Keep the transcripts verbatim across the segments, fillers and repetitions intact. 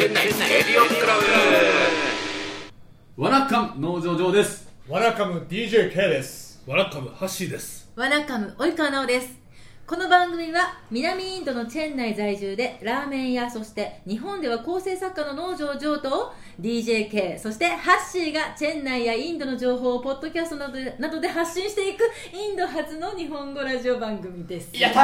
店内エリオンクラブ。 ワナッカム農場上です。 ワナカム ディージェーケー です。 ワナカムハッシーです。 ワナカム及川直です。この番組は南インドのチェン内在住でラーメン屋、そして日本では構成作家の農場上と ディージェーケー、そしてハッシーがチェン内やインドの情報をポッドキャストなどで、などで発信していくインド初の日本語ラジオ番組です。 やったー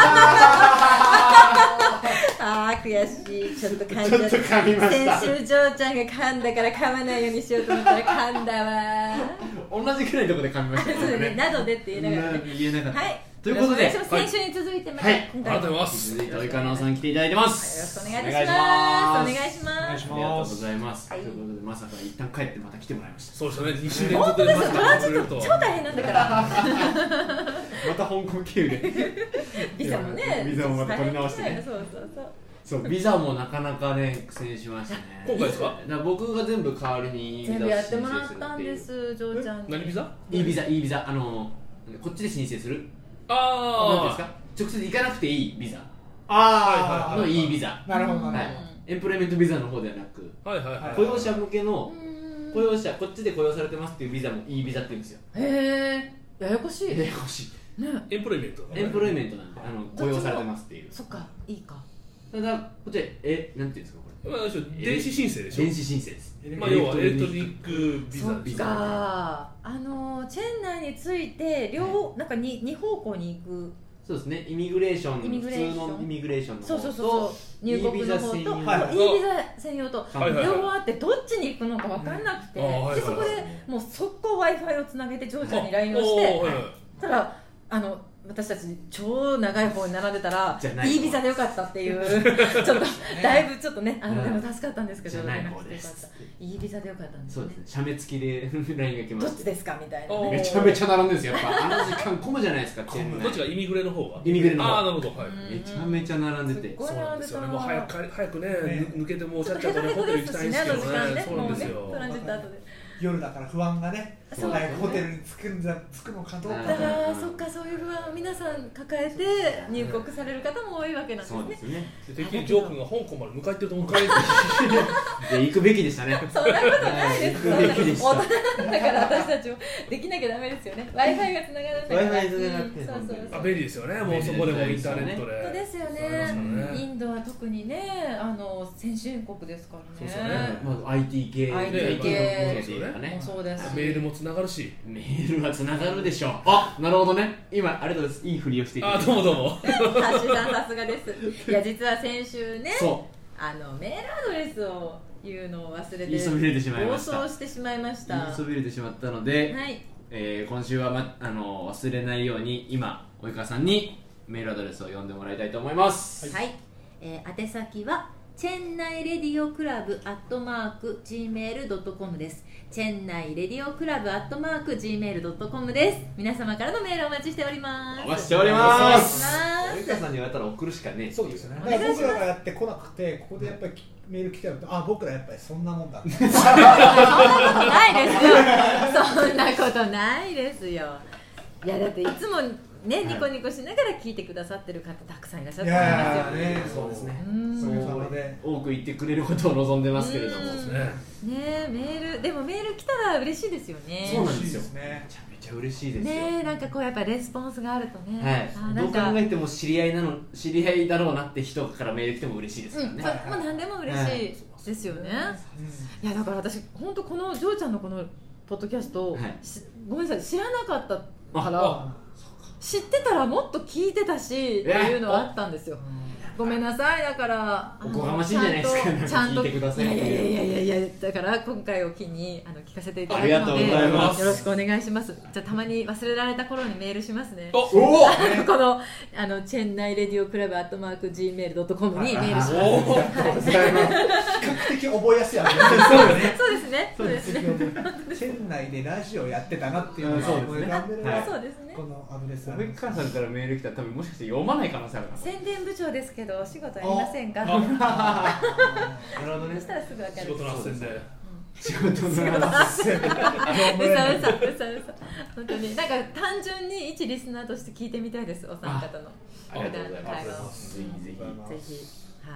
あー悔しい、ちょっと噛んじゃった。 ちょっと噛みました。 先週ジョーちゃんが噛んだから噛まないようにしようと思ったら噛んだわ同じくらいのところで噛みましたね。 そうだね、などでって言いながらね、 言えなかった。 はい、 ということで、 先週に続いてまた、 はい、 ありがとうございます。 続いて及川直さん来ていただいてます。 よろしくお願いいたします。お願いします。 ありがとうございます。 はい、 ということで、まさか一旦帰ってまた来てもらいました。 そうですよね、に週連本当ですよ、 続でまたトランジ来れるとット超大変なんだからまた香港経由でビザもね、 ビザもまた取り直してね。 そうそうそうそう、ビザもなかなかね、苦戦しましたね。 今回ですか？ だから僕が全部代わりにビザを全部やってもらっ申請するたんでっていう。 す、ジョーちゃんに。 何ビザ？ いいビザ、いいビザ、あのこっちで申請する。なんていうんですあか？直接行かなくていいビザあー、 のいいビザ。 なるほどなるはい。エンプロイメントビザの方ではなく、 あ、はいはいはい。 雇用者向けの雇用者、こっちで雇用されてますっていうビザもいいビザって言うんですよ。 へえ、ややこしいね。 ややこしい。 エンプロイメント。 エンプロイメントなんで、あの雇用されてますっていう。 そっか、いいか。 ただこっちはえ、なんていうんですかこれ。 まあ電子申請でしょ。 電子申請です。 まあ要はエレクトリックビザそっビザ。 か、あのチェン内について両なんかに二方向に行く。 そうですね、イミグレーション、 イミグレーション普通のイミグレーションの方と、 そうそうそう入国の方と E ビザ専用とはいはいはい両方あって、どっちに行くのか分かんなくて、 うんあーはいはいはいでそこでもう速攻 Wi-Fi をつなげてジョーちゃんに ライン をしおーて、 はいはいたらあの私たち超長い方に並んでたらじゃないいいビザでよかったっていうちょっとだいぶちょっとね、あの、 うんでも助かったんですけど、 じゃない方ですいいビザでよかったんですね。 そうですね、写メ付きでラインが来まし。 どってちですかみたいなおーね。 めちゃめちゃ並んでるんですよ。やっぱあの時間混むじゃないですか。チェーン内どっちがイミグレの方が？ イミグレの方ああ、なるほど、はい。 めちゃめちゃ並んでて、 すっごいそうなんですよね。もう早く帰り早くね、 ね抜けてもうちゃっちょっとヘトヘトちゃとねホテル行きたいんですけどですしね、あの時間ね、 ね。そうなんもうね、 ですよト。ランジット後で。 夜だから不安がね、 そう早くホテルに着くんだ着くのかどうか。 だからそっか、そういう不安を皆さん抱えて入国される方も多いわけなんですそうでね。 すね。 でてっきりジョー君が香港まで迎えてると思う。迎えで行くべきでしたね。 そんなことないです。そんな行くべきでした大人なんだから私たちもできなきゃダメですよね。Wi-Fi がつながるんだから。 Wi-Fi 繋がってうんそうそうそう。 あ、便利ですよね。もうそこでもインターネット本当で。 ですよそうありますね。 からねインドは特にね、あの先進国ですからね。 そうですよねまず アイティー 系、 アイティー 系そうですね。 そうですし。 メールもつながるし。 メールはつながるでしょう。あ、なるほどね。今ありがとうございます。いいふりをしていただあ、 いて。 どうもどうも。 ハッシュさんさすがです。いや実は先週ね、 そあのメールアドレスを言うのを忘れて言いそびれてしまいました暴走してしまいましう。 た。 言いそびれてしまったので、 はい。 えー今週は、ま、あの忘れないように今及川さんにメールアドレスを読んでもらいたいと思います。 はい、えー宛先はチェンナイレディオクラブアットマーク ジーメールドットコム です。チェンナイレディオクラブアットマーク ジーメールドットコム です。皆様からのメールをお待ちしております。 お待ちしておりまお願いしす。 ます及川さんに言われたら送るしかねえ。 そうですよね。 お願いします僕らがやってこなくて、ここでやっぱりメール来たら、あ、僕らやっぱりそんなもんだ。 そんなことないですよ。そんなことないですよ。いやだっていつもね、ニコニコしながら聞いてくださってる方たくさんいらっしゃると思いますよ。 ね、 そうですね。 うんそういうので。 多く言ってくれることを望んでますけれども。 うんね。 ねえ、メールでもメール来たら嬉しいですよね。 そうなんですよ。 嬉しいですねめちゃめちゃ嬉しいですよ。 ねえ、なんかこうやっぱレスポンスがあるとね、 はいあ。などう考んかえても知り合いなの知り合いだろうなって人からメール来ても嬉しいですからうん、 ね。 それもう何でも嬉しいですよね。いやだから私本当このジョーちゃんのこのポッドキャスト、 はいしごめんなさい、知らなかったからあ知ってたらもっと聞いてたしっていうのはあったんですよ。ごめんなさい、だからおこがましいんじゃないですか。 ちゃんと聞いてくださいっていやいやいういやいやいやいや、だから今回を機にあの聞かせていただくので、 ありがとうございますよろしくお願いします。じゃあたまに忘れられた頃にメールしますね。 お、 おお。 このあのチェンナイレディオクラブアットマーク ジーメールドットコム にメールします。 おありがとうございます。比較的覚えやすいあれそうですね。そうですね。 チェン内でラジオやってたなっていうのがそうですね思い浮かんでるはいそうですね。 このアドレスは及川さんからメール来たら多分もしかして読まない可能性あるか宣伝部長ですけどお仕事ありませんか？ あな。なるほどねそし。たらすぐわかる。 仕事の斡旋で。 仕事の話。 うさうさうさうさ本当になんか単純に一リスナーとして聞いてみたいです、お三方のありがとうございます。 普段の会話をぜひぜひ。 ぜひはい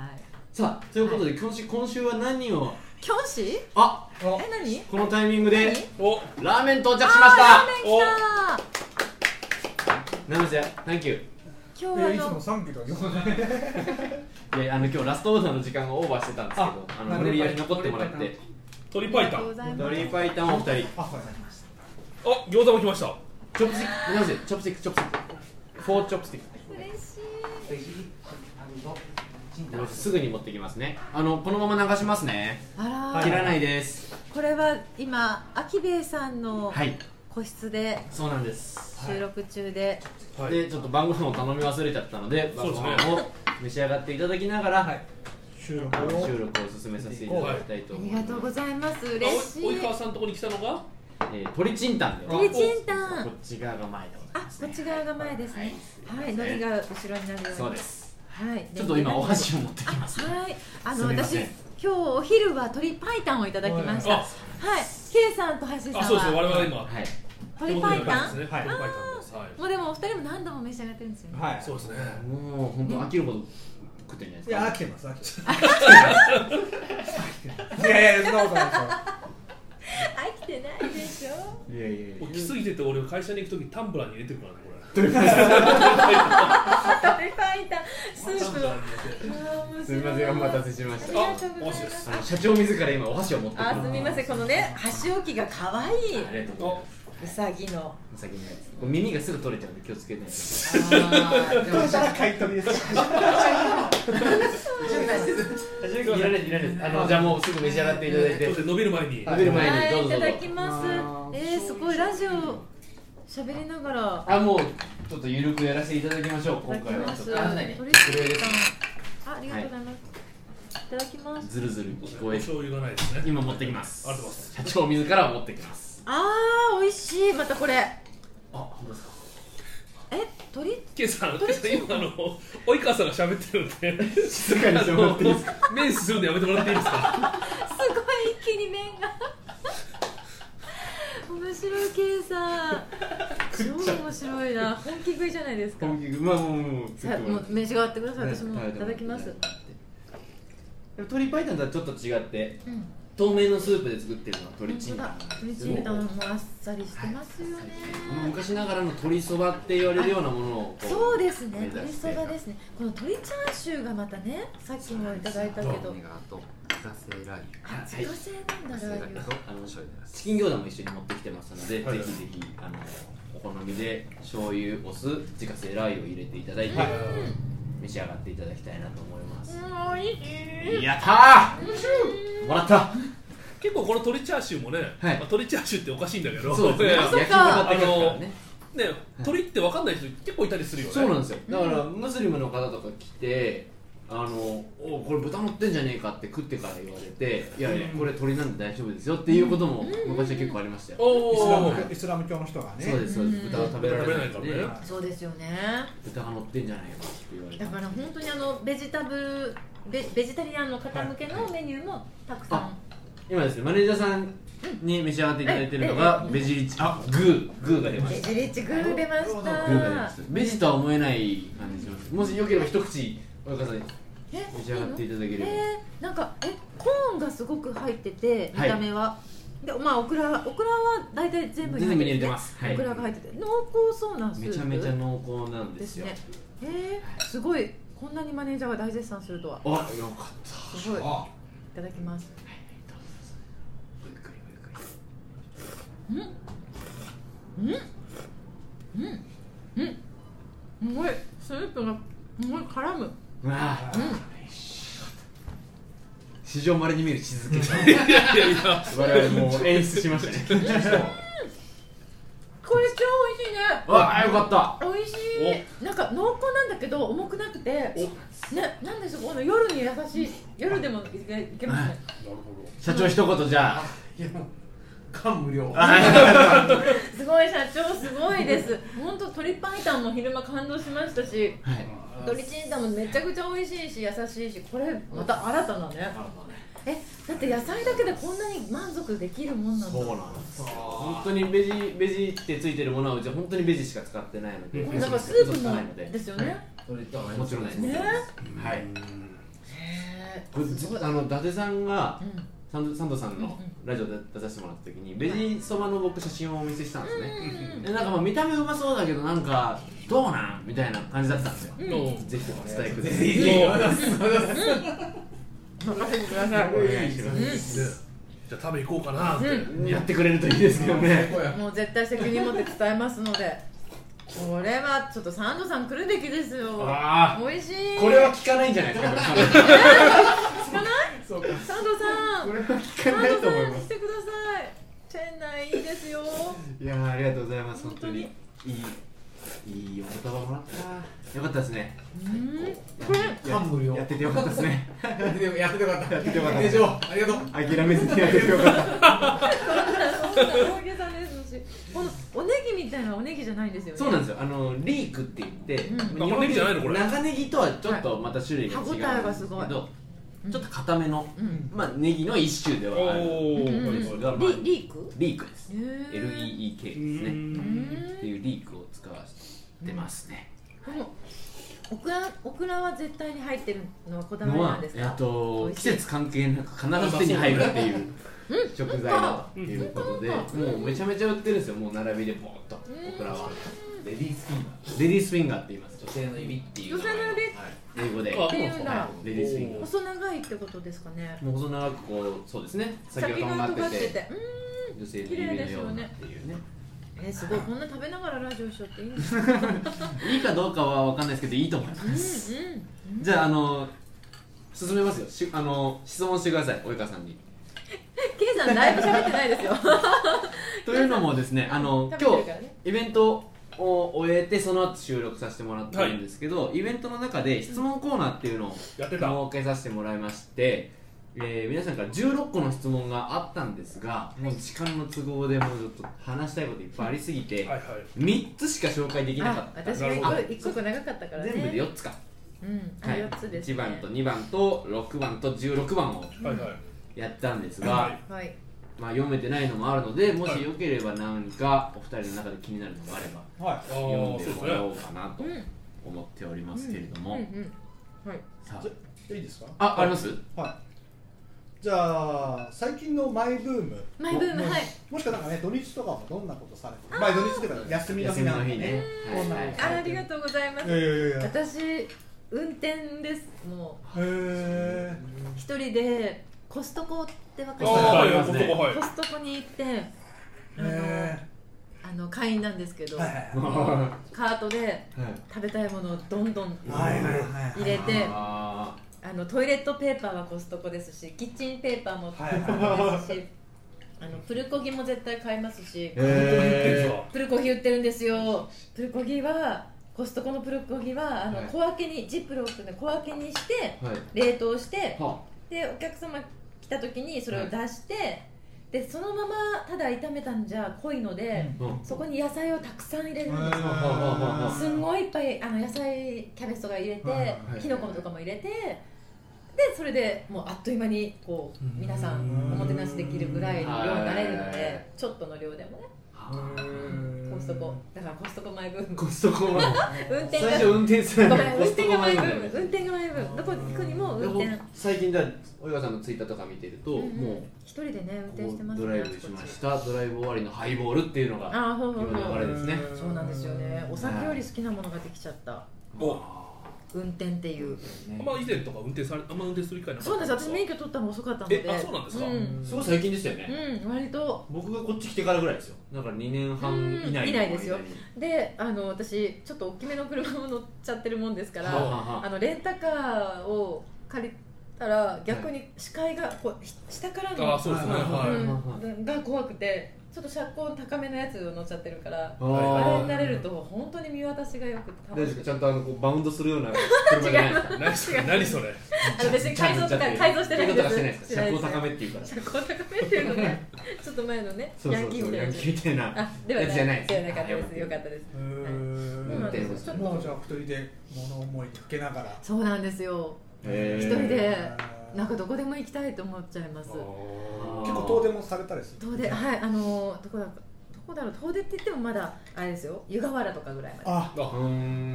さあということで今週今週は何をキョンシーあおえ、何このタイミングでおラーメン到着しましたラーメン来ナムセ Thank you た今日はいあやいつものさんキロ言わないいやあの今日ラストオーダーの時間がオーバーしてたんですけどあの無理やり残ってもらって鶏白湯ありがとうございます鶏白湯お二人あ、はいあ餃子も来ましたチョップスティックナムセチョップスティックチョップスティックフォーチョップスティック嬉しいすぐに持ってきますねあのこのまま流しますねあら切らないですこれは今アキベイさんのはい個室でそうなんです収録中で、 はいでちょっと晩ご飯を頼み忘れちゃったので晩ごそうですね飯を召し上がっていただきながら、 はい収録あのを収録を進めさせていただきたいとあ思います、 りがとうございますあ嬉しいお及川さんのところに来たのがえー、鶏チンタンで鶏チンタンこっち側が前でございあ、 ます、ね、 こっち側が前ですねはい、海苔が後ろになるようにそうですはいちょっと今お箸を持ってきますはい、あすの私みません今日お昼は鶏白湯をいただきましたあはい、K さんと橋さんはあそうですよ我々今はい鶏白湯ですねはい鶏白湯ですはいもうでもお二人も何度も召し上がってるんですよねはいそうですねもう本当飽きるほど食ってるんじいや、 ゃないですか飽きてます、飽きてますいやいや、そんなことないですよ飽きてないでしょいやいやいやもう来すぎてて俺会社に行くときタンブラーに入れてるからねこれ鶏白湯スープをタンブラーに入れてあー面白いすみませんお待たせしましたありがとうございますお箸ですあの社長自ら今お箸を持ってきますあ、すみませんこのね箸置きが可愛いありがとうございますうさぎのうさぎのやつこれ耳がすぐ取れちゃうんで気をつけてねあーでも買い取りですいらないいらないですあのじゃあもうすぐ召し上がっていただいてちょっと伸びる前に食べる前はい、 にどうぞどうぞいただきますえー、すごいラジオ喋りながらあもうちょっとゆるくやらせていただきましょう今いただきます回はちょっとあんなに鳥震えですあ、ありがとうございます、い、ただきますずるずる聞おこえ醤油がないですね今持ってきますありがとうございます社長自ら持ってきますあー、美味しいまたこれあ本当ですかえ、鳥ケイさん、ケイさん今あの及川さんが喋ってるんで静かにしてもらっていいですかメンするのやめてもらっていいですかすごい一気に麺が面白い K さん超面白いな本気食いじゃないですか本気まあもうもうさもう召し上がってください私もはいいただきますでも鶏白湯とはちょっと違ってうん透明のスープで作ってるのは鶏チンタン本当だ鶏チンタンもあっさりしてますよね、 昔ながらの鶏そばって言われるようなものをこそうですね目指鶏してそばですねこの鶏チャーシューがまたねさっきもいただいたけどと自家製ラーあ自家製なんだラー油油とあの醤油ですチキン餃子も一緒に持ってきてますので、 はいぜひぜひあのお好みで醤油、お酢、自家製ラー油を入れていただいて、 はい召し上がっていただきたいなと思います、 うん、美味しいやったーもらった結構この鶏チャーシューもね、 はいまあ、鶏チャーシューっておかしいんだけどそうですねねあそっか焼き方って書くからねね鶏って分かんない人結構いたりするよねそうなんですよだからムスリムの方とか来てあのおこれ豚乗ってんじゃねえかって食ってから言われていやいやこれ鶏なんで大丈夫ですよっていうことも昔は結構ありましたよ、 おイスラおムイスラム教の人がねそうですそうです豚は食べられないので食べられないからねそうですよね豚が乗ってんじゃないかって言われてだから本当にあのベジタブルベベジタリアンの方向けのメニューもたくさん、 あ今ですねマネージャーさんに召し上がっていただいているのがベジリッチあグーグーが出ましたベジリッチグー出ましたグーが出ましたベジとは思えない感じしますもしよければ一口お母さんにえ召し上がっていただければえー、なんかえコーンがすごく入ってて見はいた目は、でまあオクラオクラは大体全部に入ってる、ね、 全部に入れてますはいオクラが入ってて濃厚そうなスープめちゃめちゃ濃厚なんでよですすねえー、すごいこんなにマネージャーが大絶賛するとはあよかったすごいいあただきますゆっくりゆっくりうんうんうんすごいスープがすごい絡むうわあうん史上稀に見る静けさいやいやいや我々もう演出しましたねこれ超美味しいねわあよかった美味しいなんか濃厚なんだけど重くなくてね、なんでしょうこの夜に優しい夜でもいけいけますね、 なるほ社長一言じゃあいやもう感無量すごい社長すごいです本当鶏白湯も昼間感動しましたしはい鶏チンタンもめちゃくちゃ美味しいし優しいしこれまた新たなねえだって野菜だけでこんなに満足できるもんなんだそうなんですよ本当にベジベジってついてるものはうちは本当にベジしか使ってないのでこれだからスープもないのでですよね、 もちろんですねはいへこれすごいあの伊達さんがうんサンドサンドさんうんのラジオで出させてもらった時にベジそばの僕写真をお見せしたんですね、 うんでなんかまあ見た目うまそうだけどなんかどうなんみたいな感じだったんですよ、 うんのぜひお伝えくださぜひい。 ぜひ任せてください。 お願いします。 でじゃあ食べ行こうかなって、 うんやってくれるといいですけどね。 もう絶対責任持って伝えますので、これはちょっとサンドさん来るべきですよ。 あ美味しい。 これは聞かないんじゃないですか。 聞かない？ そうかサンドさん。 これは聞サンかないとドさん思います。 来てください。チェンナイいいですよ。 いやーありがとうございます。本当にい本いいいお言葉もらった。よかったですね。 うん。 これ感無量やっててよかったですね。 やっててよやっててよかったやっててよかったでしょありがとう諦めずにやっててよかった。 そんな大げさですし、このおネギみたいなおネギじゃないんですよね。 そうなんですよ。あのリークって言って、 うん日本あネギじゃないのこれ長ネギとはちょっとまた種類が違うんですけど、 歯応えがすごいちょっと固めの、 うんまあネギの一種ではあるおうんうんんですが、まあリリーク？ リークです。 へーエルイーイーケー ですね。 うんっていうリークを使わせてますね。 このオクラオクラは絶対に入ってるのはこだわりなんですか？ えっと美味しい季節関係なく必ず手に入るっていう食材だということで、 うんもうめちゃめちゃ売ってるんですよ。もう並びでボーっとうんオクラは。 レディースフィンガーレディースフィンガーって言います。 女性の指っていう女性の指英語で。 あっていうんだはいレディースフィンガー。 細長いってことですかね。 もう細長くこうそうですね。先先ががとんがってて尖ってて、う女性の指のようなっていうね。 ん。えすごいこんな食べながらラジオしようっていいんですか？うんいいかどうかはわかんないですけどいいと思います。 うん。 じゃああの進めますよ。しあの質問してください及川さんに。 ケイさんだいぶ喋ってないですよ。 というのもですね、あの食べて今日るからねイベントを終えてその後収録させてもらってるんですけど、イベントの中で質問コーナーっていうのをやってた設けさせてもらいまして、えー皆さんからじゅうろっこの質問があったんですが、もう時間の都合でもうちょっと話したいこといっぱいありすぎて、 はいはいみっつしか紹介できなかあ、 った。 私が一なる個一個長かったからね。 全部でよっつか。 うん。あ、 はい四つですね。 いちばんとにばんとろくばんとじゅうろくばんをはいはいやったんですが、 はいはい。 まあ読めてないのもあるので、もしよければ何かお二人の中で気になるのがあればはいあ読んーでもそうですねらおうかなとうん。 思っておりますけれども、 うんうん。はい。 さじゃいいですかあ、ああります？ はいじゃあ最近のマイブームマイブームもはいもしかなんかね土日とかもどんなことされてまあ土日というか休みの日なんかね休みの日ねこんなのはいあ、ありがとうございますい。やいやいやいやへ私運転です。もうえ一人でコストコってわかありますーはいわかりますねはいはいコストコに行って、あのへあの会員なんですけど、 はいはいはカートで食べたいものをどんどんはいはいはい入れて、 ああのトイレットペーパーはコストコですし、キッチンペーパーもコスはいトコですし、あのプルコギも絶対買いますし、 ーへプルコギ売ってるんですよ。プルコギはコストコのプルコギはあのはい小分けにジップロックで小分けにしてーはい冷凍して、 はでお客様来た時にそれを出して、でそのままただ炒めたんじゃ濃いので、 うんそこに野菜をたくさん入れるんですよ。 はすんごいいっぱいあの野菜キャベツとか入れて、 はいはいきのことかも入れて、でそれでもうあっという間にこう皆さんおもてなしできるぐらいの量になれるのはいで、ちょっとの量でもね、コストコだからコストコマイブームコストコは運転が最初運転するごめん運コストコ転がマイブームマイブーム運転がマイブームどこ行くにも運転でも最近だ及川さんのツイッターとか見てると、 うんうんもう一人でね運転してますドライブしましたドライブ終わりのハイボールっていうのがああほうほう今のほう流れですね。 そうなんですよね。お酒より好きなものができちゃったお運転っていう。 あんま以前とか運転されあんま運転する機会なかったそうなんです。私免許取ったの遅かったので。 えあそうなんですかうん、 すごい最近でしたよね、 うん、割と。 僕がこっち来てからぐらいですよ。だからにねんはん以内の間に以内ですよで、あの私ちょっと大きめの車を乗っちゃってるもんですから、 はあはああのレンタカーを借りたら逆に視界がこうひ下からの、 あそうですねはいはい、 うん、が怖くて。ちょっと車高高めのやつを乗っちゃってるから、 ああれーになれると本当に見渡しが良くて大丈夫楽しくて。 ですかちゃんとあのこうバウンドするような車じゃないですか何それ何それあの別に改造とか改造してないんです。 改造とかしてないですか車高高めっていうから車高高めっていうのね、ちょっと前のね、 そうそうそうヤンキーみたいなヤンキーみたいなあ、ではないやつじゃないですではなかったです。 あよかったです。 へそうなんですちょっーともうじゃあ二人で物思いにふけながらそうなんですよ。 へー一人でなんかどこでも行きたいと思っちゃいます。 結構遠出もされたりする遠出、はい、あのどこだどこだろう、遠出って言ってもまだあれですよ。湯河原とかぐらいまで。 あうーん東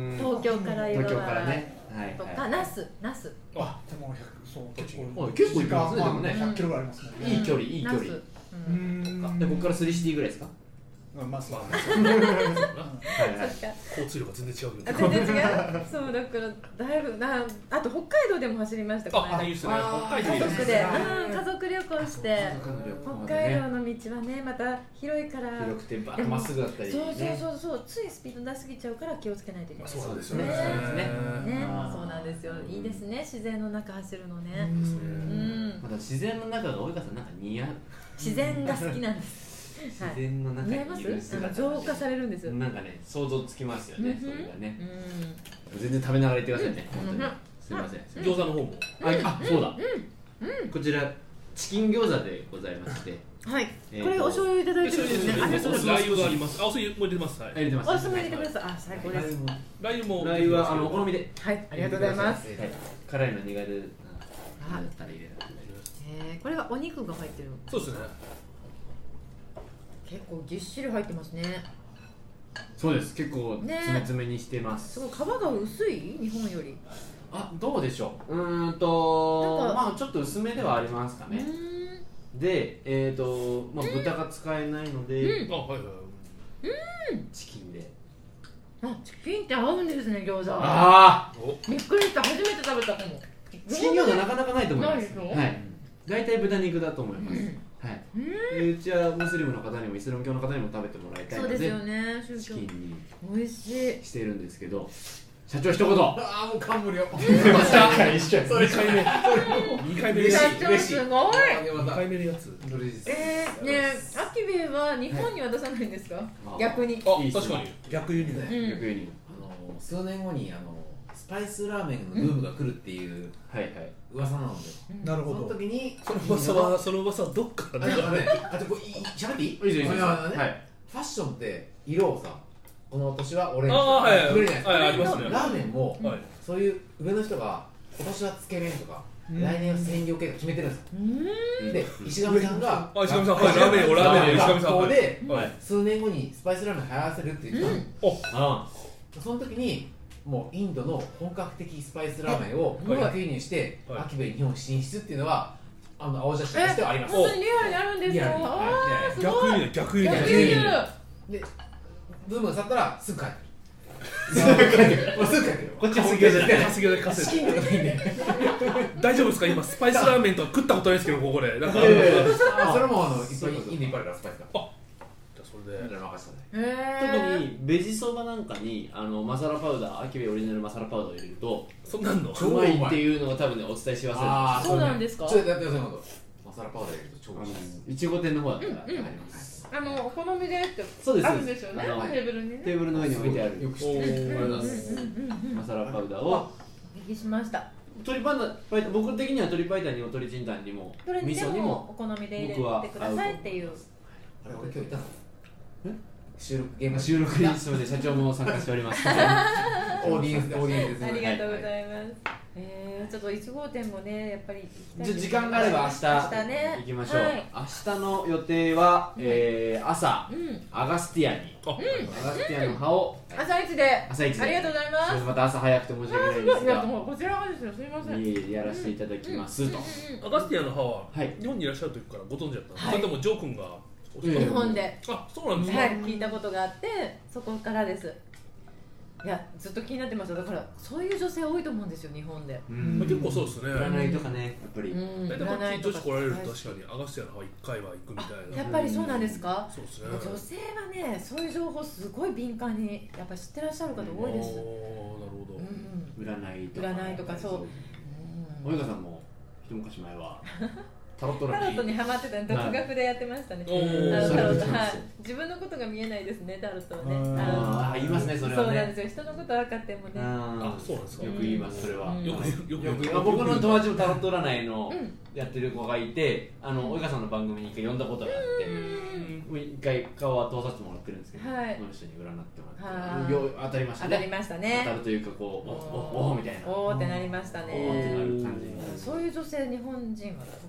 京から湯東河原京からね、はいとかはい那須那須あでもひゃくそう結構あ結構行きますね時間でもねひゃくキロぐらいありますね。 いい距離いい距離那須ううんんでここからスリシティぐらいですか？ うんまあそう。 はいはいそっか交通量が全然違うけあど全然違うそうだからだいぶなあと北海道でも走りましたこの間あいいっすねあー家北海道いいです族で、 ねうん、家族旅行して家族の旅行北でね海道の道はねまた広いから広くてバーッとまっすぐだったりそうねそうそうそうついスピード出しすぎちゃうから気をつけないといけないそうなんですよねねそうですねねあーそうなんですよいいですね自然の中走るのねうんうんまた自然の中が及川さんなんか似合う自然が好きなんです自はい然の中に似合いますいるあ姿がねの浄化されるんですよなんかね想像つきますよねそれがねう全然食べながら言ってくださいねうん本当にうんすいません餃子の方もああそうだこちらチキン餃子でございましてんはいえーとこれお醤油いただいてるんですねありがとうございますラー油がありますあお酢も入れてますはい入れてますお酢も入れてくださいあ最高ですラー油もラー油はあのお好みではいありがとうございますはい辛いの苦手だあったら入れるえーこれがお肉が入ってるそうですね結構ぎっしり入ってますねそうです結構ね詰め詰めにしてますすごい皮が薄い日本よりあどうでしょううーんとなんかまあちょっと薄めではありますかうねでえっとまあ豚が使えないのであはいはいチキンでーんあチキンって合うんですね餃子ああおびっくりした初めて食べたかもチキン餃子なかなかないと思いますないでしょはい大体豚肉だと思いますうんはいでうちはムスリムの方にもイスラム教の方にも食べてもらいたいのでそうですよね宗教チキンに美味しいしているんですけど社長一言ああもう冠を。 一緒それにかいめにかいめのや社つ長すごいにかいめのやつ嬉しいです。 えー、ねアキベは日本には出さないんですか、 はい逆にあいいっすね確かに逆輸入うね。 ん逆輸入あの数年後にあのスパイスラーメンのブームが来るっていうはいはい噂なので、そのなるほど。 時にその噂はその噂はどっからねあでもねあとこれい喋っていい？ いいですよいいですよあのねはいファッションって色をさこの年はオレンジああはいはいくれるじゃないですか、 はいありますねラーメンも、 はいそういう上の人が今年はつけ麺とか、 うん来年は鮮魚系が決めてるんですよ、 うんで石上さんがあ石上さんはいラーメンをラーメンを石上さん学校で、 はい数年後にスパイスラーメン流行らせるって言ってたの、 あその時にもうインドの本格的スパイスラーメンをはい逆輸入して、 はいアキベに日本進出っていうのはあの青写真とえしてはあります。 本当にリアルにあるんですリアルにかあーす逆ごい輸入逆輸入逆輸入でブームが去ったらすぐ帰ってくる。すぐ帰ってくる。もうすぐ帰ってくる。 こっちは杉谷じゃない稼ぎで稼いで資金とかないんで。 大丈夫ですか今スパイスラーメンとか食ったことないですけどここでなんかいやいやいやあそれもあのいっぱいインドいっぱいあるからスパイスが。 じゃあそれでじゃあ任せてね。 へ特にベジそばなんかにあのマサラパウダーアキベオリジナルマサラパウダーを入れるとそんなんのうまいっていうのを多分ねお伝えし忘れてまあーそうなんですかちょっとやってください今度。マサラパウダー入れると超す美味しいです。 いちご店の方だったらうんうんありますあのお好みでってそうですあるんですよねあのテーブルにねテーブルの上に置いてあるよく知おってる。 ーありがとうございます。 うんうんうんマサラパウダーをお聞きしました鶏パンダパイタ僕的には鶏パイタンにも鶏チンタンにもどれにで味噌にももお好みで入れてくださいっていうあれ俺今日いたの？収録現場収録にそれで社長も参加しておりますオーディエンスでオーディエンスです。 ありがとうごいざいます。えー、ちょっといち号店もね、やっぱり行きたいじゃあです時間があれば明日明日ね行きましょう、 はい明日の予定は、えー、朝うん。 アガスティアにあアガスティアの葉を朝一で。 朝一でありがとうございます。 それまた朝早くて申し訳ないんすごい。 ですいや、 がもうこちらがですよ。すみません。 いえいえやらせていただきますと、 アガスティアの歯ははい日本にいらっしゃる時からご存知だったんですか、 はいそれともジョー君が教えええて日本で、 あそうなんですか、 はい、聞いたことがあって、そこからです。いや、ずっと気になってました。だから、そういう女性多いと思うんですよ、日本で。 うんまあ、結構そうですね占いとかねやっぱり、 うん。 大体こっち女子来られるとはい確かにアガスティアの歯いっかいは行くみたいなやっぱりそうなんですか。 そうですね女性はね、そういう情報すごい敏感にやっぱ知ってらっしゃる方多いです。 あーなるほど、 うん占いとか占いとかそう及川さんも一昔前はタロットタロット占いにハマってたね、独学でやってましたね。 おーあのそれタロット、はい見てます。 自分のことが見えないですね、タロットはね。 うんあのああ言いますねそれはねそうなんですよ、人のこと分かってもね。 ああそうなんですかよく言いますそれは、 うんよくよくよくよくあ僕の友達もタロット占いのうんやってる子がいて、あの及川さんの番組に一回呼んだことがあって、もう一回顔は通させてもらってるんですけど、 はいこの人に占ってもらはあってよ当たりましたね当たりました当ねた。るというかこうおおおみたいなおおーってなりましたーってなね。 る感じになるそういう女性、日本人は特に多い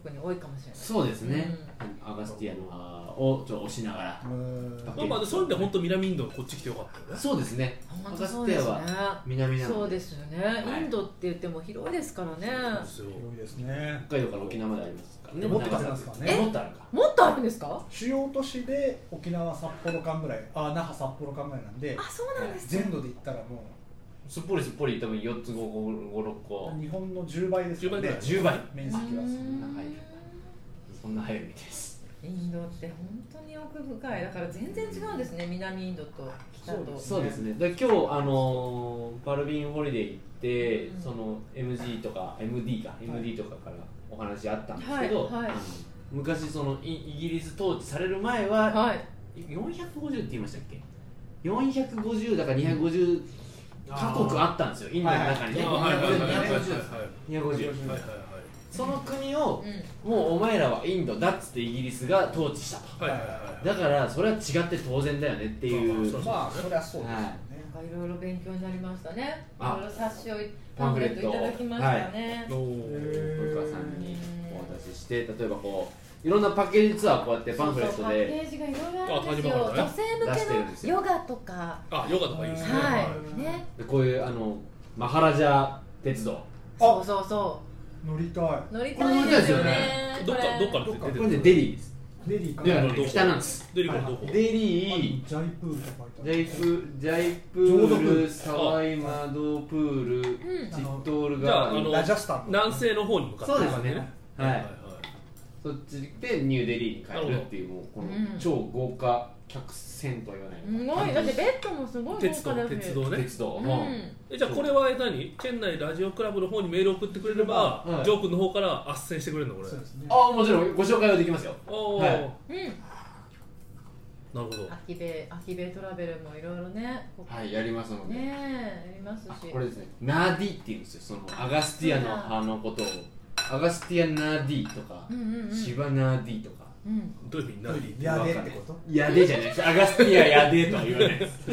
かもしれない。 そうですね、アガスティアのをちょっと押しながら、 まあまあそういう意味で本当南インドこっち来てよかったよね。 そうですね、アガ本当そうですね。 スティアは南なので、 そうですよね、 はいインドって言っても広いですからね。 そう広いですね。 北海道から沖縄までありますからね。 もっとありますからね。 もっとあるか。 もっとあるんですか？ 主要都市で沖縄札幌間ぐらい、あ那覇札幌間ぐらいなんで、 あ、そうなんですか。 全土で言ったらもすっぽりすっぽり多分よっつごごろっこう日本のじゅうばいですよね。 じゅうばい面積は。 うーんそんな入るみたいです。 インドって本当に奥深い。だから全然違うんですね、南インドと北と。 そうですね。で今日あのーパルビンホリデー行って、 うんその エムジー とか エムディー か エムディー とかからお話あったんですけど、 はいはいあの昔そのイイギリス統治される前ははい。 よんひゃくごじゅうって言いましたっけ？よんひゃくごじゅうだからにひゃくごじゅうカ国あったんですよ、インドの中にね。 あはいはいはいはいはいにひゃくごじゅうにひゃくごじゅうはいはいはいその国をうん。 もうお前らはインドだっつってイギリスが統治したと。 はいはいはいだからそれは違って当然だよねっていう。 まあまあそうまあそりゃそうですよね。 なんかいろいろ勉強になりましたね。いあろいろ冊子をパンフレットいただきましたね。 おー古川さんにお渡しして、例えばこういろんなパッケージツアーこうやってパンフレットそうそうパッケでージがいろいろあるんですよ。 あ女性出してるんですよ向けのヨガとか、 あヨガとかいいですね。 はいね。 でこういうあのマハラジャ鉄道、 そうそうそ乗りたい。 う。乗りたいですよね。 どっかどっかこで出てこれねデリーです。 デリーか。 ではジね北なんです。 デリカのどこ？ デリー、 ャイプールとかジャイプジャイプール、サワイマドプール、 んチットールじゃあガール、 あのラジャスタン。 南西の方に向かってそうですねはいはいはいそっちでニューデリーに帰るっていうもうこのうん超豪華客船とは言わないすのかごい。だってベッドもすごい豪華です鉄道鉄道ね。 鉄道、 うん。 えじゃあこれは何？チェンナイラジオクラブの方にメール送ってくれれば、 はいジョー君の方から斡旋してくれるのこれ。 そうですね。 ああもちろんご紹介はできますよ。 おお、 はいうん。 なるほど。 秋ベ秋ベトラベルもいろいろね。こはいやりますので、 ねえやりますし。 これですねナーディって言うんですよ、そのアガスティアのあのことをアガスティアナーディとか、 うんうんうん。 シバナーディとかうん。 どういう意味になる？ やでってこと？ やでじゃないです、アガスティアやでとは言わないです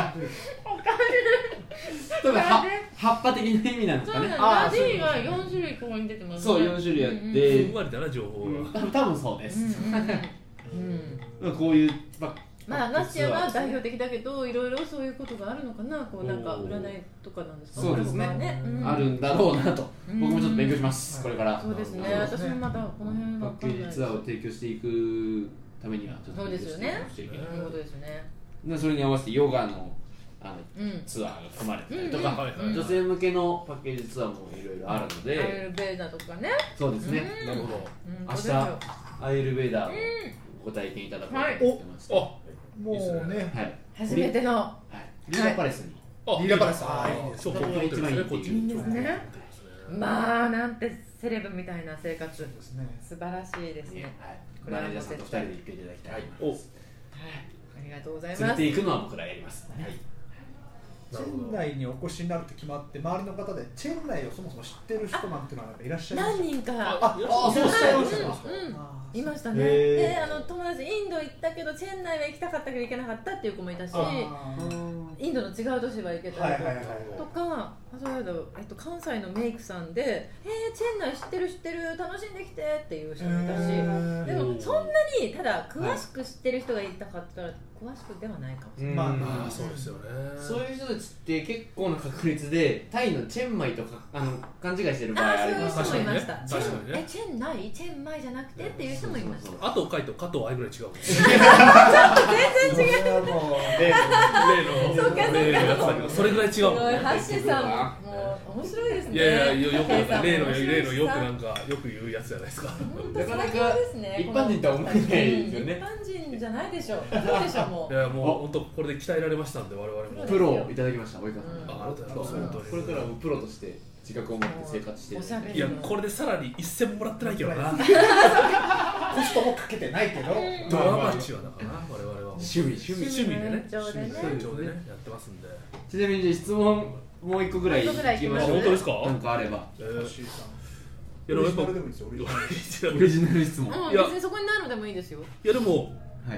多分は葉っぱ的な意味なんですかね。 そうなんあーラディが四種類ここに出てますね。 そうよん種類あっうんうんて、 ふんわりだな情報が。 多分多分そうです、 うんうんうん。 こういう、まあまあアガスティアが代表的だけど、いろいろそういうことがあるのかな、こうなんかおー占いとかなんですか。 そうですね他ねうんあるんだろうなと、 うん僕もちょっと勉強します、これから。 そうですね。 そうですね私もまたこの辺パッケわかんないージツアーを提供していくためにはちょっとそうですよね勉強していかなきゃいけないそういうことですね。 でそれに合わせてヨガのあのうん。 ツアーが組まれてたりとうんか、 はいはい女性向けのパッケージツアーもいろいろあるのアイで、 ルベーダとかね。 そうですね、 うんなるほど。 うん明日そうですよアイルベーダーをご体験いただこうと思ってまして、 あもうね。 はい、 初めての。 はい、リーダーパレスに、 あリーダーパレスああーいいですそうそこが一番いいっていうこっちいいんですねうんまあなんてセレブみたいな生活。 そうですね。 素晴らしいですね。 はい、 これはもうマネージャーさんとふたりで行っていただきたいとお思います。 はい。ありがとうござい連れます。 て行くのは僕らやります。はい、 チェン内にお越しになると決まって、周りの方でチェン内をそもそも知ってる人なんていうのはいらっしゃいますか？ 何人か。 ああ、あ、そうですね。 うんそうですかうんあーいましたね。 へーで、あの友達インド行ったけどチェン内は行きたかったけど行けなかったっていう子もいたし、 あインドの違う都市は行けたりはいはいはいとか、あとはえっと関西のメイクさんで、えー、チェン内知ってる知ってる楽しんできてっていう人もいたし、 へーでもそんなにただ詳しく知ってる人がいたかったら詳しくではないかもしれない。 まあうんああそうですよね。 そういう人たちって結構な確率でタイのチェンマイとかあの勘違いしてる場合ありますあーそういう人もいました。 確かにね確かにねチェンえチェン内チェンマイじゃなくてっていう人もいました。 そうそうそうあと書いて加藤愛ぐらい違うもん。 全然違う。それはもう例の例の例のやつだけどそれぐらい違うすごい、 もんね。 ハッシーさんもう面白いですね。 いやいやよよくケイさんも例の面白いし例のよくなんかよく言うやつじゃないですか。 本当なかなか最高ですね一般人とは思えないですよね一般人じゃないでしょう。そうでしょうもいうやもう本当これで鍛えられましたんで我々も。 プロをいただきました、及川さん。 うんあありがとうございますそうこれからはもうプロとして自覚を持って生活してるおしゃべりいやこれでさらに一銭ももらってないけどな。 コストもかけてないけど、 ドラマチチはだからな我々は。 趣味趣味趣味でね趣味の延長でね趣味の延長でねやってますんで。 ちなみにじゃあ質問もう一個ぐらいもう一個ぐらい聞きましょう。 あ本当ですかなんかあればえーシーさん。 いやでもやっぱオリジナルでもいいですよ。オリジナル。 オリジナル質問。 うん、 はいや別にそこにないのでもいいですよ。 いやでもい。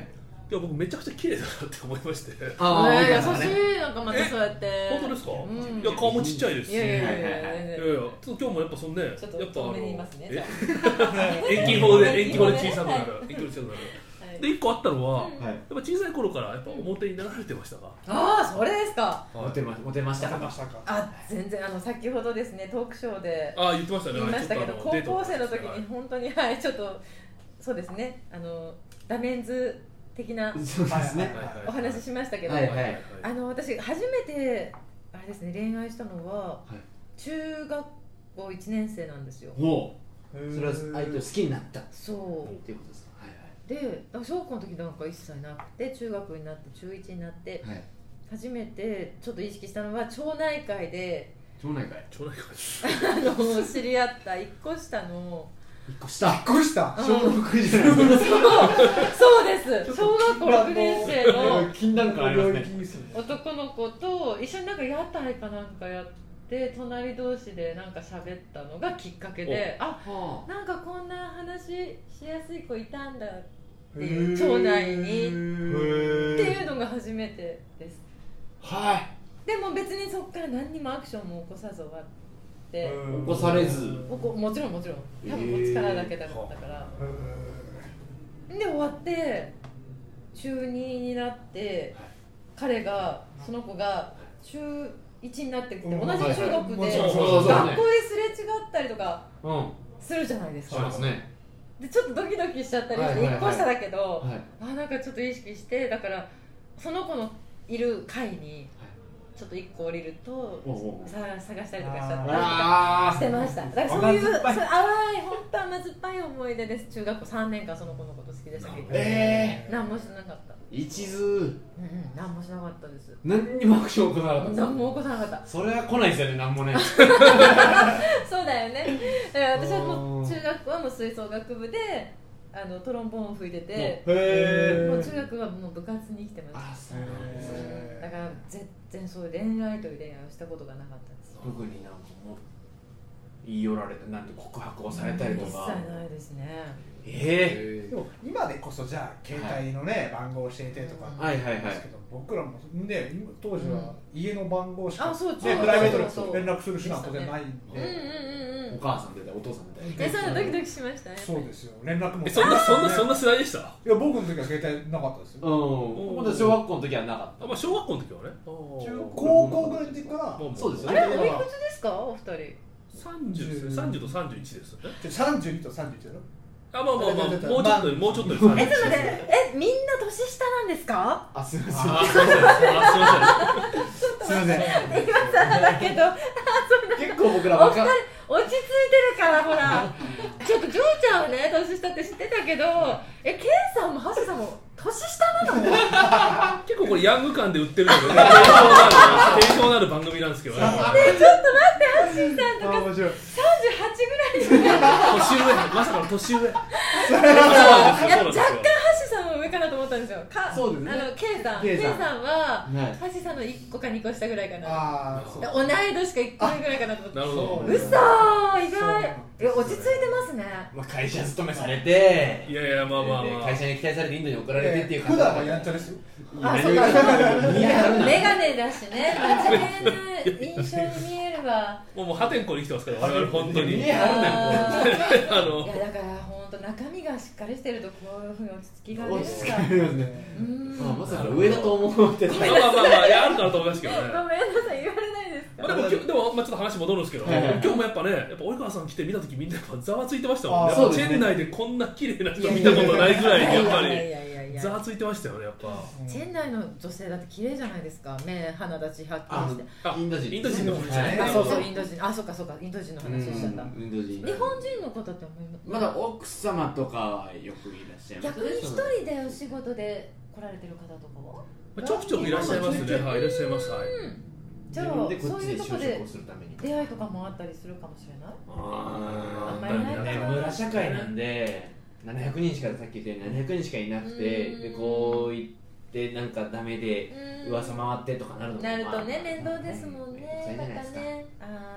いや僕めちゃくちゃ綺麗だなって思いまして。 ああ、 えー、優そうですね。 しい、なんかまたそうやって本当ですか？ うんいや顔もちっちゃいですし。 いやいやいやいやはいはいはいいやいやちょっと今日もやっぱそんね、やっちょっぱと遠めにいますねえじゃあ遠近法で遠近法で遠近法ね小さくなる、遠近法で小さくなる。 はいで一個あったのは、 うんやっぱ小さい頃からやっぱ表になられてましたか？ ああ、それですか。 モテまモテましたか。 ましたか。 あ、全然あの先ほどですねトークショーでああ言ってましたね。 言いましたけど、高ちょっとあデート校生の時はいに本当にはいちょっとそうですね、あのダメンズ的なそうですね。 はいはいお話ししましたけど、 はいはいあの私初めてあれですね恋愛したのははい中学校いちねん生なんですよ。 もうそれは相手を好きになったっそうていうことですか。はいで、だから小学校の時なんか一切なくて中学になって中いちになってはいはい。 初めてちょっと意識したのは町内会で町内会。 町内会あの知り合った一個下の一個下。 びっくりした。 うん小六じゃないですか。 そうです小学校ろくねん生の禁断感ありますね。 男の子と一緒になんか屋台かなんかやって隣同士でなんか喋ったのがきっかけで、あ、 はなんかこんな話しやすい子いたんだっていう町内にっていうのが初めてです。 あ。はい。 でも別にそこから何にもアクションも起こさず終わって、 起こされず。 おこもちろんもちろん多分もう力だけだったから、で終わって中にになって彼がその子が中いちになってきて同じ中学ではいはい学校そうそうそうねですれ違ったりとかうん。 するじゃないですか。 しますね。 でちょっとドキドキしちゃったりしてはいはいはいいっこ下だけど、 はい。 あなんかちょっと意識してだからその子のいる階にちょっといっこ降りるとおうおうさ探したりとかしちゃったりとかあしてました。だからそういう甘酸っぱいそう淡い本当甘酸っぱい思い出です。中学校さんねんかんその子のこと好きでしたけど、 え何もしなかった。 一途。 うんうん何もしなかったです。 何にもアクション起こさなかったんですか。 何も起こさなかった。 それは来ないですよね、何もね。 そうだよね。だから私はもううん中学校はもう吹奏楽部であのトロンボーンを吹いてて、 へえ。 もう中学はもう部活に来てまあ、 す。 そうなんですね。 だから全然そういう恋愛という恋愛をしたことがなかったです。 特になんかもう言い寄られてなんて告白をされたりと一切か。 ないですね。 えでも今でこそじゃあ携帯のね、番号教えてとかえ。はいはいはいですけど、僕らもね今当時は家の番号しか、 あそうね、 そうプライベートでそうそう連絡する手段当然ないんうんうんで、 うんうん。 お母さんみたいなお父さんみたいな。 え、そういうのドキドキしましたね。 そうですよ、連絡もえそんなそんなそんな世代でした？ いや僕の時は携帯なかったですよ。 うん。まだ小学校の時はなかった。 あまあ小学校の時はね。 中高校ぐらいの時からまあまあそうですよね。 あれおいくつですかお二人？ 三十ですね。三十と三十一ですよね。 じゃあさんじゅうにとさんじゅういちだろ。 あまあまあまあもうちょっまあともうちょっとでえ、ちょっと待って、え、みんな年下なんですか？ あ、すみません。 あすいません。あすいません。 すみません。 今更だけど、 結構僕らお二若人落ち着いてるからほら。ちょっとジョーちゃんはね年下って知ってたけど、え、ケンさんもハシさんも年下なの？ 結構これヤング感で売ってるので、ね、定評のある定評のある番組なんですけどね。 ね、ちょっと待ってハッシーさんとかあ面白い。 さんじゅうはちぐらいじゃない？ 年上、まさかの年上。そういやなんですよ。そうなんですよ。 若干ハッシーさんも上かなと思ったんですよ。かそうですねあのケイさん、 K ケイさんさんは、 はいハッシーさんのいっこかにこ下ぐらいかな。 ああ、そう。 同い年かいっこ上ぐらいかなと思って。 なるほど。 うそー、意そう外。いや落ち着いてますね。 まあ会社勤めされて、 いやいやまあまあまあ。 で会社に期待されてインドに送られてっていう普段はやんちゃですよ。 あ、 何をそうか。 似合うな。 メガネだしね、真面目な印象に見えるわ。 もうもう破天荒に生きてますから我々本当に。 見え張るなよああのーいやだから本当中身がしっかりしてるとこういうふうに落ち着きが出る落ち着か。 かれますね。 うーん。 まあまさか上だと思ってた。 まあまあまあまあいやあるかなと思いますけどね。 ごめんなさい言われないですか。 まあでも今日でもまあちょっと話戻るんですけど、 はいはい今日もやっぱねやっぱ及川さん来て見た時みんなやっぱざわついてましたもんね。 あーやっぱそうですねチェン内でこんな綺麗な人見たことないぐらいにやっぱりいやいやいやいやざわついてましたよねやっぱ。 チェン内の女性だって綺麗じゃないですか。目鼻立ちはっきりして。 あインド人。 インド人の方ですね。 はいあ、そうそうインド人。あ、そうかそうかインド人の話しちゃった。 うんインド人。 日本人の方って思います。 まだ奥様とかはよくいらっしゃいますね。 逆に一人でお仕事で来られてる方とかは？ まあちょくちょくいらっしゃいますね。はいいらっしゃいます。はい。 じゃあ自分でこそうっちで就いうとこで職をするために。 出会いとかもあったりするかもしれない。 ああんまりないかなね、村社会なんでななひゃくにんしかさっき言ったようにななひゃくにんしかいなくてうんでこう言ってなんかダメでうん噂回ってとかなるのもなるとねまあ面倒ですもんね。 そうじゃまないですかたね。ああ、 っていうの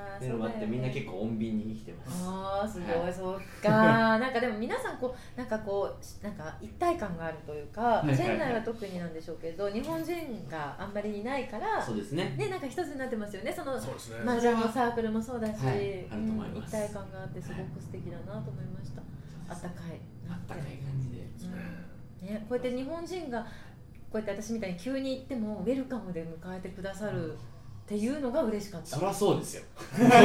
もあってみんな結構穏便に生きてます。 ああすごい、 はい、 そうかなんかでも皆さんこうなんかこうなんか一体感があるというか、 はいはいはい、 チェン内は特になんでしょうけど日本人があんまりいないからそうですね、 ねなんか一つになってますよね。そのそうですね、 マージャンのサークルもそうだし、 はい、あると思います。 うん、一体感があってすごく素敵だなと思いました。あったかいあったかい感じで、 うんね、こうやって日本人がこうやって私みたいに急に行ってもウェルカムで迎えてくださるっていうのが嬉しかった。 そりゃそうですよ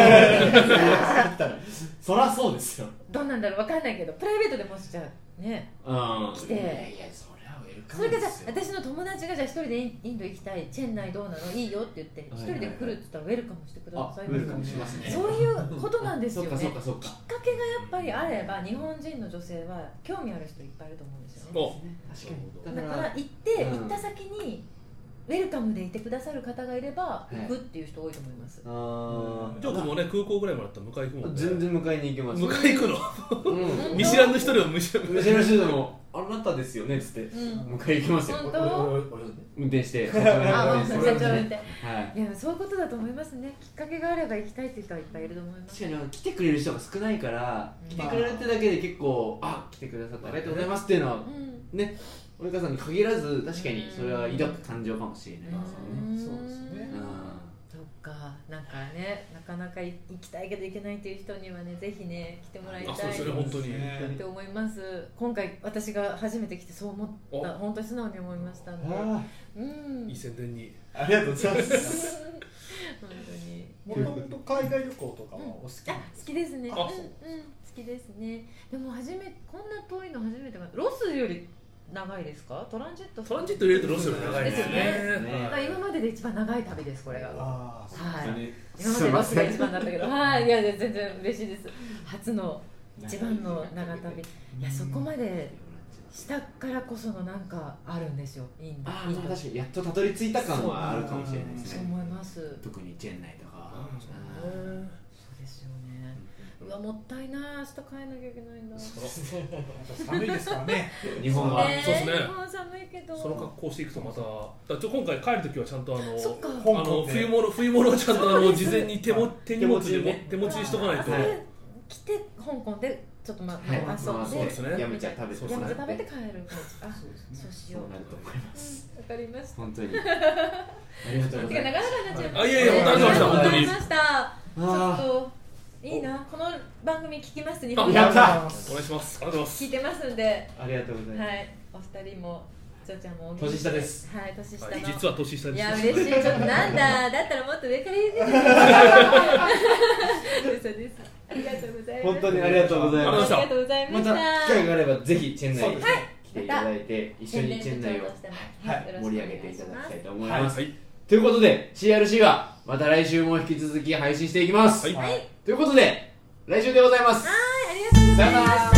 そりゃそうですよ。 どうなんだろう分かんないけどプライベートでもしじゃあね、 うん、 来て、 いやいやそりゃウェルカそれかムですよ。 じゃあ私の友達がじゃあ一人でインド行きたいチェン内どうなのいいよって言って一人で来るって言ったらウェルカムしてくださいます。 ウェルカムしますね。 そういうことなんですよね。 そっかそっかそっか。 きっかけがやっぱりあれば日本人の女性は興味ある人いっぱいいると思うんですよね。 お確かに。 だから行って、 うん行った先にウェルカムでいてくださる方がいれば行くっていう人多いと思います。 あジョー君もね空港ぐらいまでだったら迎え行くもんね。 全然迎えに行けます。 迎え行くのうん。 見知らぬ人でも見知らぬ見知らぬ人でもあなたですよねっつってうん迎え行きますよ。 本当？ 運転して。 あ、 運転して社長運転。 はい。 いやそういうことだと思いますね。きっかけがあれば行きたいっていう人はいっぱいいると思います。 確かに来てくれる人が少ないからうん来てくれるってだけで結構あ来てくださってありがとうございますっていうのはうんね及川さんに限らず確かにそれは抱く感情かもしれないですよね。 うんそうですねうんそっか、なんかね、なかなか行きたいけど行けないっていう人にはね、ぜひね、来てもらいたいあそうですね本当にって思います。今回私が初めて来てそう思った、本当に素直に思いましたんで、 あうん、 いい宣伝にありがとうございます。 本当に。 もともと海外旅行とかはお好きあ、好きですね。うん、 あうん、好きですね。でも初めこんな遠いの初めてがロスより長いですか？トランジット。 トランジット入れるとロスより長いですよね。 ねだから今までで一番長い旅ですこれが。 ああはい。今までロスが一番だったけど、はい、いや全然嬉しいです。初の一番の長旅。いやそこまでしたからこそのなんかあるんですよ。インド。 ああ確かにやっとたどり着いた感はあるかもしれないですそうね。 思います。 特にチェン内とか。 そうですよね。うわもったいない。明日帰んなきゃいけないんだ。 寒いですからね日本はねそうですね日本寒いけど。 その格好していくとまただからちょ今回帰るときはちゃんとあのそっか。 あの冬物冬物をちゃんとあの事前に手も手荷物でも手持ちね手持ちにしとかないと。 はい来て香港でちょっとまあはい遊んで、 まあそうですねやめちゃ食べてやもらってめて食べて帰る感じ。あ、 そうですねそうしよう。 そうなると思います。 わかりました。 本当にありがとうごてざいます。 か長々になっちゃいました。 あいやいや本当にありがとうございました本当にありがとうございました。ちょあっといいなこの番組聞きます日あ本語やったお願いします。ありがとうございます。 聞いてますんで、 ありがとうございます。 はいお二人もちょちゃんもお元気年下です。 はい年下の。 はい実は年下です。 いや嬉しいちょっとなんだだったらもっと上から言ってくれ嘘です。ありがとうございます。 本当にありがとうございます。 ありがとうございましたありがとうございまましたた。 機会があればぜひチェン内にそうです来ていただいて一緒にチェン内をはい盛り上げていただきたいと思います。 はいということで シーアールシー はまた来週も引き続き配信していきます。 はいということで来週でございます。 はいありがとうございました。 さよなら。